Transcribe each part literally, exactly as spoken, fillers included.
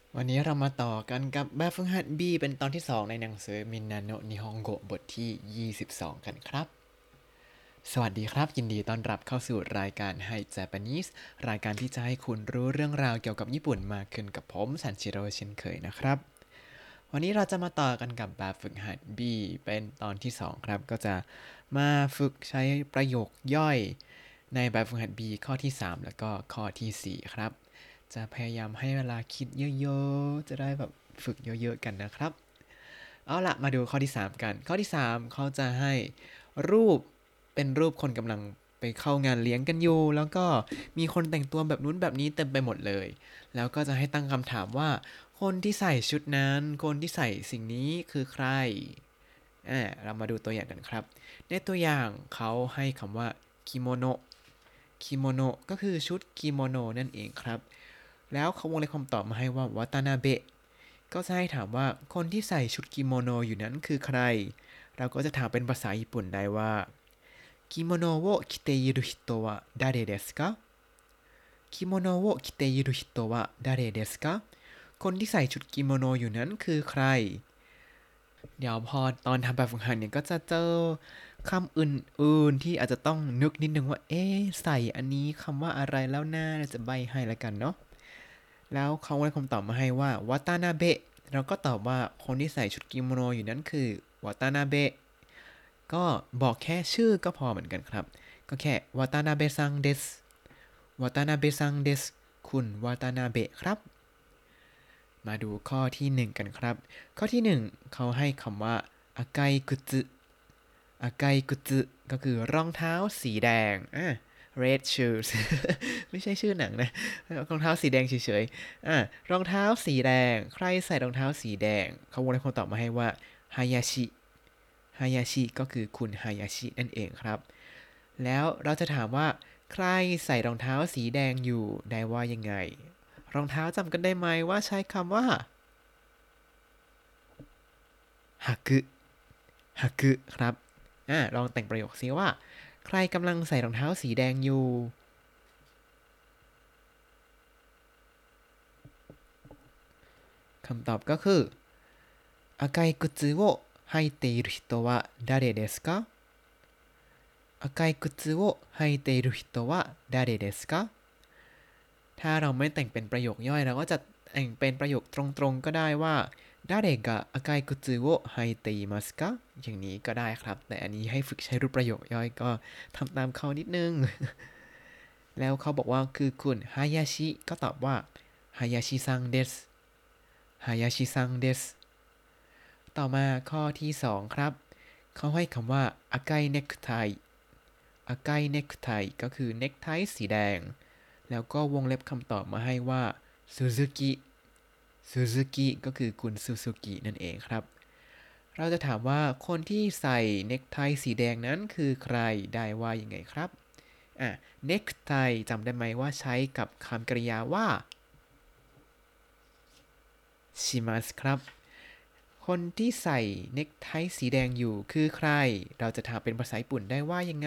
วันนี้เรามาต่อกันกับแบบฝึกหัด B เป็นตอนที่สองในหนังสือมินนาโนะนิฮงโกะบทที่ยี่สิบสองกันครับสวัสดีครับยินดีต้อนรับเข้าสู่รายการไฮ Japanese รายการที่จะให้คุณรู้เรื่องราวเกี่ยวกับญี่ปุ่นมากขึ้นกับผมซันชิโร่เช่นเคยนะครับวันนี้เราจะมาต่อกันกับแบบฝึกหัด B เป็นตอนที่สองครับก็จะมาฝึกใช้ประโยคย่อยในแบบฝึกหัด B ข้อที่สามแล้วก็ข้อที่สี่ครับจะพยายามให้เวลาคิดเยอะๆจะได้แบบฝึกเยอะๆกันนะครับเอาละมาดูข้อที่สามกันข้อที่สามเขาจะให้รูปเป็นรูปคนกำลังไปเข้างานเลี้ยงกันอยู่แล้วก็มีคนแต่งตัวแบบนู้นแบบนี้เต็มไปหมดเลยแล้วก็จะให้ตั้งคำถามว่าคนที่ใส่ชุดนั้นคนที่ใส่สิ่งนี้คือใครอ่าเรามาดูตัวอย่างกันครับในตัวอย่างเขาให้คำว่ากิโมโนะกิโมโนะก็คือชุดกิโมโนะนั่นเองครับแล้วเขาวงเล็บคำตอบมาให้ว่าวาตานาเบะก็จะให้ถามว่าคนที่ใส่ชุดกิโมโนะอยู่นั้นคือใครเราก็จะถามเป็นภาษาญี่ปุ่นได้ว่ากิโมโนะを着ている人は誰ですかกิโมโนะを着ている人は誰ですかคนที่ใส่ชุดกิโมโนอยู่นั้นคือใคร เดี๋ยวพอตอนทำแบบฝึกหัดเนี่ยก็จะเจอคำอื่นๆที่อาจจะต้องนึกนิดนึงว่าเอ๊ะใส่อันนี้คำว่าอะไรแล้วน่าจะใบให้แล้วกันเนาะแล้วเขาได้คำตอบมาให้ว่าวาตานาเบะเราก็ตอบว่าคนที่ใส่ชุดกิโมโนอยู่นั้นคือวาตานาเบะก็บอกแค่ชื่อก็พอเหมือนกันครับก็แค่วาตานาเบะซังเดสวาตานาเบะซังเดสคุณวาตานาเบะครับ มาดูข้อที่หนึ่งกันครับ ข้อที่หนึ่งเขาให้คำว่าอากายกุจึอากายกุจึก็คือรองเท้าสีแดงอ่ะ red shoes ไม่ใช่ชื่อหนังนะรองเท้าสีแดงเฉยๆอ่ะรองเท้าสีแดงใครใส่รองเท้าสีแดงเขาวงเล็บคำตอบมาให้ว่าฮายาชิฮายาชิก็คือคุณฮายาชินั่นเองครับแล้วเราจะถามว่าใครใส่รองเท้าสีแดงอยู่ได้ว่ายังไงรองเท้าจำกันได้ไหมว่าใช้คำว่า ฮักึฮักึครับอ่าลองแต่งประโยคซิว่าใครกำลังใส่รองเท้าสีแดงอยู่คำตอบก็คือ赤い靴を履いている人は誰ですか赤い靴を履いている人は誰ですかถ้าเราไม่แต่งเป็นประโยคย่อยเราก็จะแต่งเป็นประโยคตรงๆก็ได้ว่า誰が赤い靴を履いていますかอย่างนี้ก็ได้ครับแต่อันนี้ให้ฝึกใช้รูปประโยคย่อยก็ทำตามเขานิดนึง แล้วเขาบอกว่าคือคุณฮายาชิก็ตอบว่าฮายาชิซังเดสฮายาชิซังเดสต่อมาข้อที่สองครับเขาให้คำว่าอากายเนคไทอากายเนคไทก็คือเนคไทสีแดงแล้วก็วงเล็บคำตอบมาให้ว่าซูซูกิซูซูกิก็คือคุณซูซูกินั่นเองครับเราจะถามว่าคนที่ใส่เนคไทสีแดงนั้นคือใครได้ว่ายังไงครับอ่ะเนคไทจำได้ไหมว่าใช้กับคำกริยาว่าชิมัสครับคนที่ใส่เนคไทสีแดงอยู่คือใครเราจะถามเป็นภาษาญี่ปุ่นได้ว่ายังไง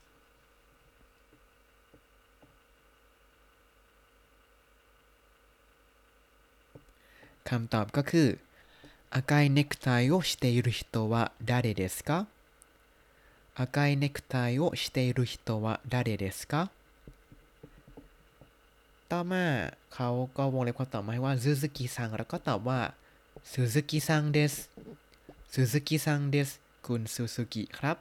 คำตอบก็คือ赤いネクタイをしている人は誰ですか赤いネクタイをしている人は誰ですかต่อมาเขาก็วงเล็บคำตอบมาให้ว่าซูซูกิซังแล้วก็ตอบว่าซูซูกิซังเดสซูซูกิซังเดสคุณซูซูกิครับ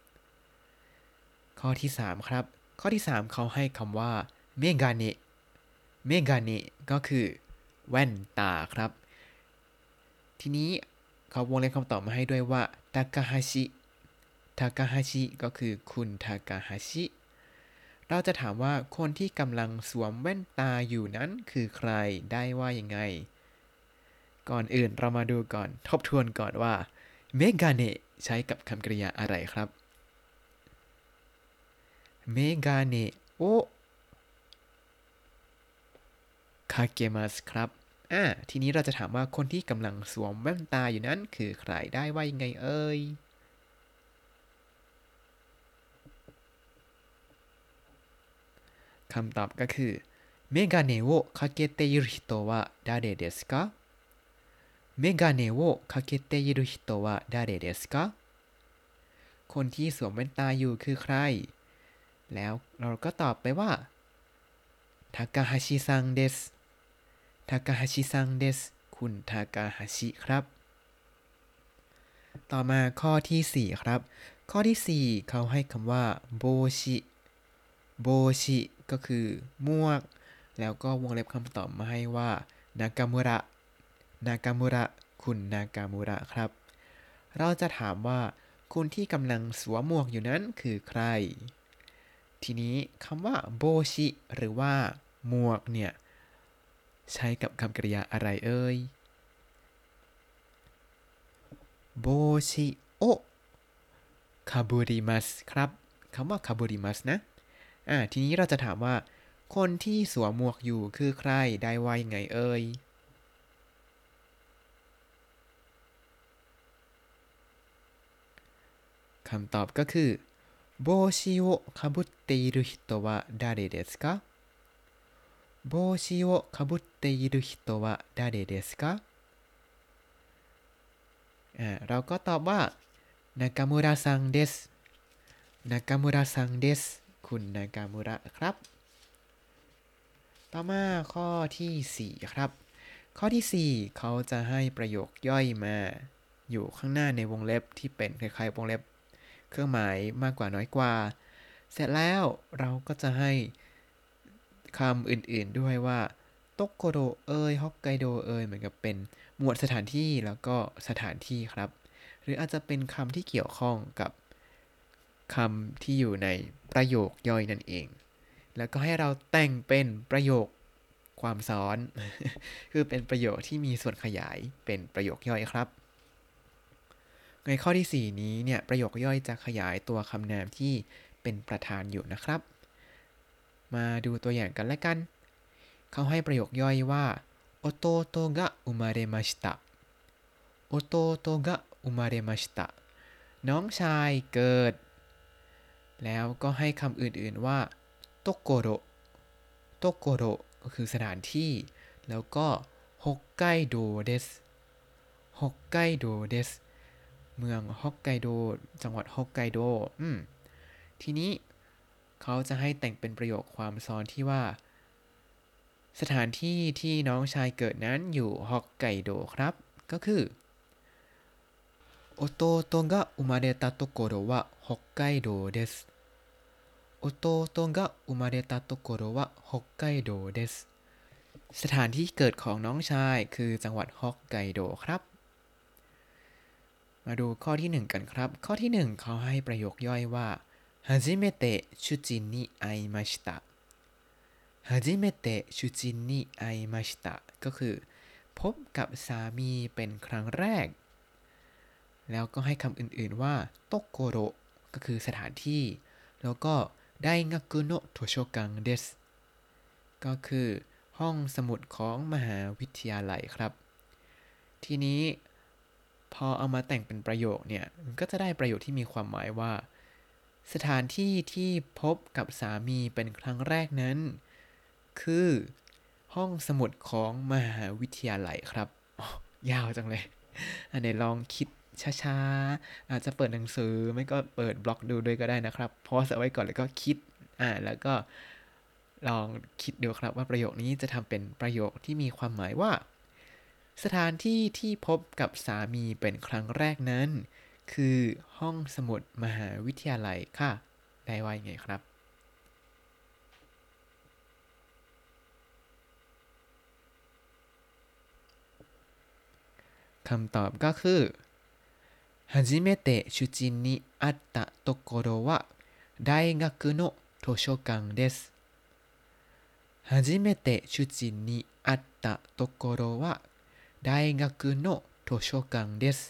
ข้อที่สามครับข้อที่สามเขาให้คำว่าเมกาเนะเมกาเนะก็คือแว่นตาครับทีนี้เขาวงเล็บคำตอบมาให้ด้วยว่าทากาฮาชิทากาฮาชิก็คือคุณทากาฮาชิเราจะถามว่าคนที่กำลังสวมแว่นตาอยู่นั้นคือใครได้ว่ายังไงก่อนอื่นเรามาดูก่อนทบทวนก่อนว่าเมกาเนะใช้กับคำกริยาอะไรครับเมกาเนะโอคาเกมัสครับอ่าทีนี้เราจะถามว่าคนที่กำลังสวมแว่นตาอยู่นั้นคือใครได้ว่ายังไงเอ่ยคำตอบก็คือメガネをかけている人は誰ですかメガネをかけている人は誰ですかคนที่สวมแว่นตาอยู่คือใครแล้วเราก็ตอบไปว่าทากาฮาชิซังเดสทากาฮาชิซังเดสคุณทากาฮาชิครับต่อมาข้อที่สี่ครับข้อที่สี่เขาให้คำว่าโบชิโบชิก็คือหมวกแล้วก็วงเล็บคำตอบมาให้ว่านากามุระนากามุระคุณนากามุระครับเราจะถามว่าคุณที่กำลังสวมหมวกอยู่นั้นคือใครทีนี้คำว่าโบชิหรือว่าหมวกเนี่ยใช้กับคำกริยาอะไรเอ่ยโบชิโอคาบุริมัสครับคำว่าคาบุริมัสนะอ่าทีนี้เราจะถามว่าคนที่สวมหมวกอยู่คือใครได้ว่ายังไงเอ่ยคำตอบก็คือโบชิโอคาบุเตอิรุฮิโตะวะดาเรเดสกะโบชิโอคาบุเตอิรุฮิโตะวะดาเรเดสกะอ่าเราก็ตอบว่านากามุระซังเดสนากามุระซังเดสคุณนากามุระครับต่อมาข้อที่สี่ครับข้อที่สี่เขาจะให้ประโยคย่อยมาอยู่ข้างหน้าในวงเล็บที่เป็นคล้ายๆวงเล็บเครื่องหมายมากกว่าน้อยกว่าเสร็จแล้วเราก็จะให้คำอื่นๆด้วยว่าโตโกโดเอยฮอกไกโดเอยเหมือนกับเป็นหมวดสถานที่แล้วก็สถานที่ครับหรืออาจจะเป็นคำที่เกี่ยวข้องกับคำที่อยู่ในประโยคย่อยนั่นเองแล้วก็ให้เราแต่งเป็นประโยคความซ้อน คือเป็นประโยคที่มีส่วนขยายเป็นประโยคย่อยครับในข้อที่สี่นี้เนี่ยประโยคย่อยจะขยายตัวคำนามที่เป็นประธานอยู่นะครับมาดูตัวอย่างกันแล้วกันเขาให้ประโยคย่อยว่าโอโตโตกะอุมาเรมาชิตะโอโตโตกะอุมาเรมาชิตะน้องชายเกิดแล้วก็ให้คำอื่นๆว่าโตโกโรโตโกโรก็คือสถานที่แล้วก็ฮอกไกโดเดสฮอกไกโดเดสเมืองฮอกไกโดจังหวัดฮอกไกโดอืมทีนี้เขาจะให้แต่งเป็นประโยคความซ้อนที่ว่าสถานที่ที่น้องชายเกิดนั้นอยู่ฮอกไกโดครับก็คือโอโตโตが生まれたところは北海道ですโอโตโตが生まれたところは北海道ですสถานที่เกิดของน้องชายคือจังหวัดฮอกไกโดครับมาดูข้อที่หนึ่งกันครับข้อที่หนึ่งเขาให้ประโยคย่อยว่า初めて主人に会いました初めて主人に会いましたก็คือพบกับสามีเป็นครั้งแรกแล้วก็ให้คำอื่นๆว่าโตโกโรก็คือสถานที่แล้วก็ไดงักุโนะโทโชกังเดสก็คือห้องสมุดของมหาวิทยาลัยครับทีนี้พอเอามาแต่งเป็นประโยคเนี่ยมันก็จะได้ประโยคที่มีความหมายว่าสถานที่ที่พบกับสามีเป็นครั้งแรกนั้นคือห้องสมุดของมหาวิทยาลัยครับยาวจังเลยอันไหนลองคิดช้าๆอาจจะเปิดหนังสือไม่ก็เปิดบล็อกดูด้วยก็ได้นะครับพอสเอาไว้ก่อนแล้วก็คิดอ่าแล้วก็ลองคิดดูครับว่าประโยคนี้จะทำเป็นประโยคที่มีความหมายว่าสถานที่ที่พบกับสามีเป็นครั้งแรกนั้นคือห้องสมุดมหาวิทยาลัยค่ะได้ว่ายังไงครับคำตอบก็คือ初めて主人に会ったところは大学の図書館です初めて主人に会ったところは大学の図書館です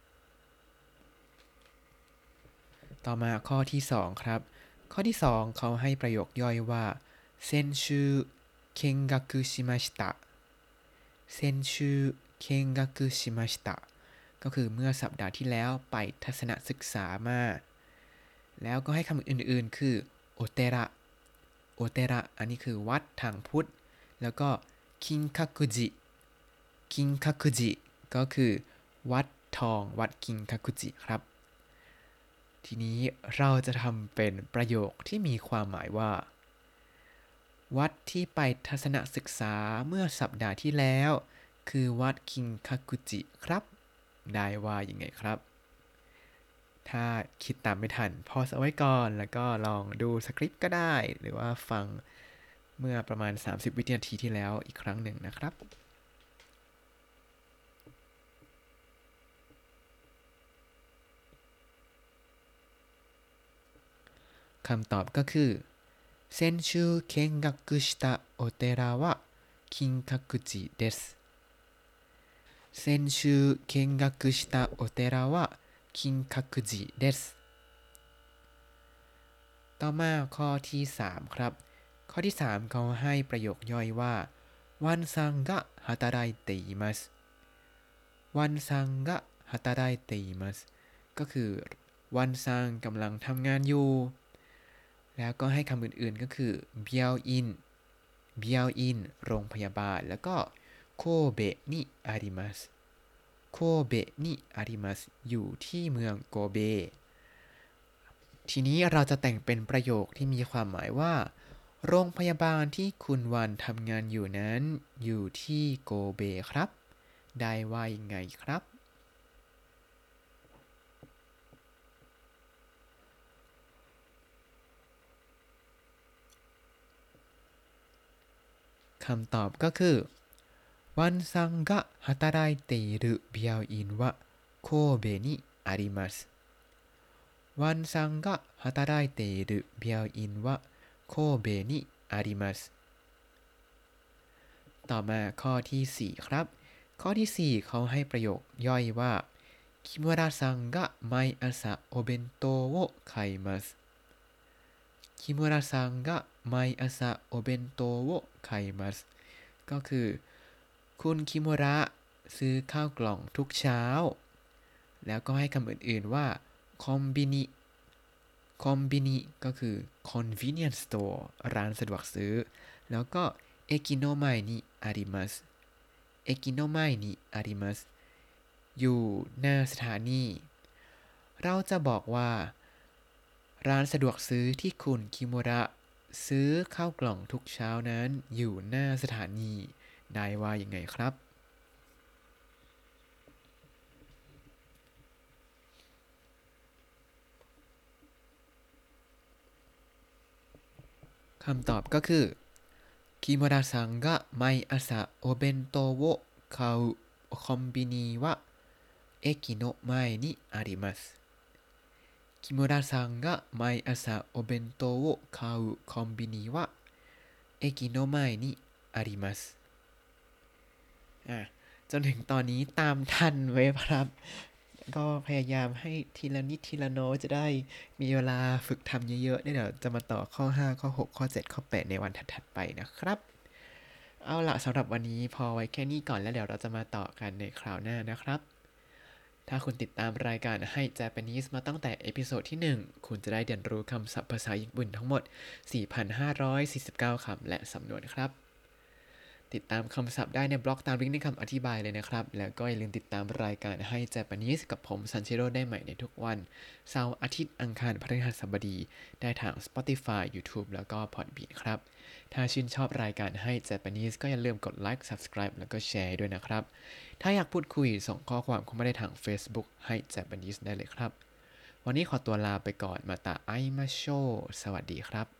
ต่อมาข้อที่สองครับข้อที่สองเขาให้ประโยคย่อยว่า先週見学しました先週見学しましたก็คือเมื่อสัปดาห์ที่แล้วไปทัศนศึกษามาแล้วก็ให้คำอื่นๆคือโอเตระโอเตระอันนี้คือวัดทางพุทธแล้วก็คินคักุจิคินคักุจิก็คือวัดทองวัดคินคักุจิครับทีนี้เราจะทำเป็นประโยคที่มีความหมายว่าวัดที่ไปทัศนศึกษาเมื่อสัปดาห์ที่แล้วคือวัดคินคักุจิครับได้ว่ายังไงครับถ้าคิดตามไม่ทันพอสเอาไว้ก่อนแล้วก็ลองดูสคริปต์ก็ได้หรือว่าฟังเมื่อประมาณสามสิบวินาทีที่แล้วอีกครั้งหนึ่งนะครับคำตอบก็คือ先週見学したお寺は金閣寺です先週見学したお寺は金閣寺ですต่อมาข้อที่สามครับข้อที่สามเขาให้ประโยคย่อยว่าวันซังが働いていますวันซังが働いていますก็คือวันซังกำลังทำงานอยู่แล้วก็ให้คำอื่นๆก็คือเบียวอินเบียวอินโรงพยาบาลแล้วก็โคเบะนิอาริมัสโคเบะนิอาริมัสอยู่ที่เมืองโกเบทีนี้เราจะแต่งเป็นประโยคที่มีความหมายว่าโรงพยาบาลที่คุณวันทำงานอยู่นั้นอยู่ที่โกเบครับได้ว่ายังไงครับคำตอบก็คือวันซังが働いている病院は神戸にありますวันซังが働いている病院は神戸にありますต่อมาข้อที่สี่ครับข้อที่สี่เขาให้ประโยคย่อยว่า木村さんが毎朝お弁当を買います木村さんが毎朝お弁当を買いますก็คือคุณคิมุระซื้อข้าวกล่องทุกเช้าแล้วก็ให้คำอื่นๆว่าคอมบินิคอมบินิก็คือ convenience store ร้านสะดวกซื้อแล้วก็เอกิโนไมนิอาริมัสเอกิโนไมนิอาริมัสอยู่หน้าสถานีเราจะบอกว่าร้านสะดวกซื้อที่คุณคิมุระซื้อข้าวกล่องทุกเช้านั้นอยู่หน้าสถานีได้ว่ายังไงครับคำตอบก็คือ木村さんが毎朝お弁当を買うコンビニは駅の前にあります木村さんが毎朝お弁当を買うコンビニは駅の前にありますอ่ะจนถึงตอนนี้ตามทันไว้ครับก็พยายามให้ทีละนิดทีละน้อยจะได้มีเวลาฝึกทำเยอะๆเดี๋ยวจะมาต่อข้อห้าข้อหกข้อเจ็ดข้อแปดในวันถัดๆไปนะครับเอาละสำหรับวันนี้พอไว้แค่นี้ก่อนแล้วเดี๋ยวเราจะมาต่อกันในคราวหน้านะครับถ้าคุณติดตามรายการให้ Japanese มาตั้งแต่เอพิโซดที่หนึ่งคุณจะได้เรียนรู้คำศัพท์ภาษาญี่ปุ่นทั้งหมด สี่พันห้าร้อยสี่สิบเก้า คำและสำนวนครับติดตามคำศัพท์ได้ในบล็อกตามลิงก์ในคำอธิบายเลยนะครับแล้วก็อย่าลืมติดตามรายการให้ Japanese กับผมซันชิโร่ได้ใหม่ในทุกวันเสาร์อาทิตย์อังคารพฤหัสบดีได้ทาง Spotify YouTube แล้วก็ Podbean ครับถ้าชื่นชอบรายการให้ Japanese ก็อย่าลืมกดไลค์ Subscribe แล้วก็แชร์ด้วยนะครับถ้าอยากพูดคุยส่งข้อความเข้ามาได้ทาง Facebook ให้ Japanese ได้เลยครับวันนี้ขอตัวลาไปก่อนมาตาไอมาโชสวัสดีครับ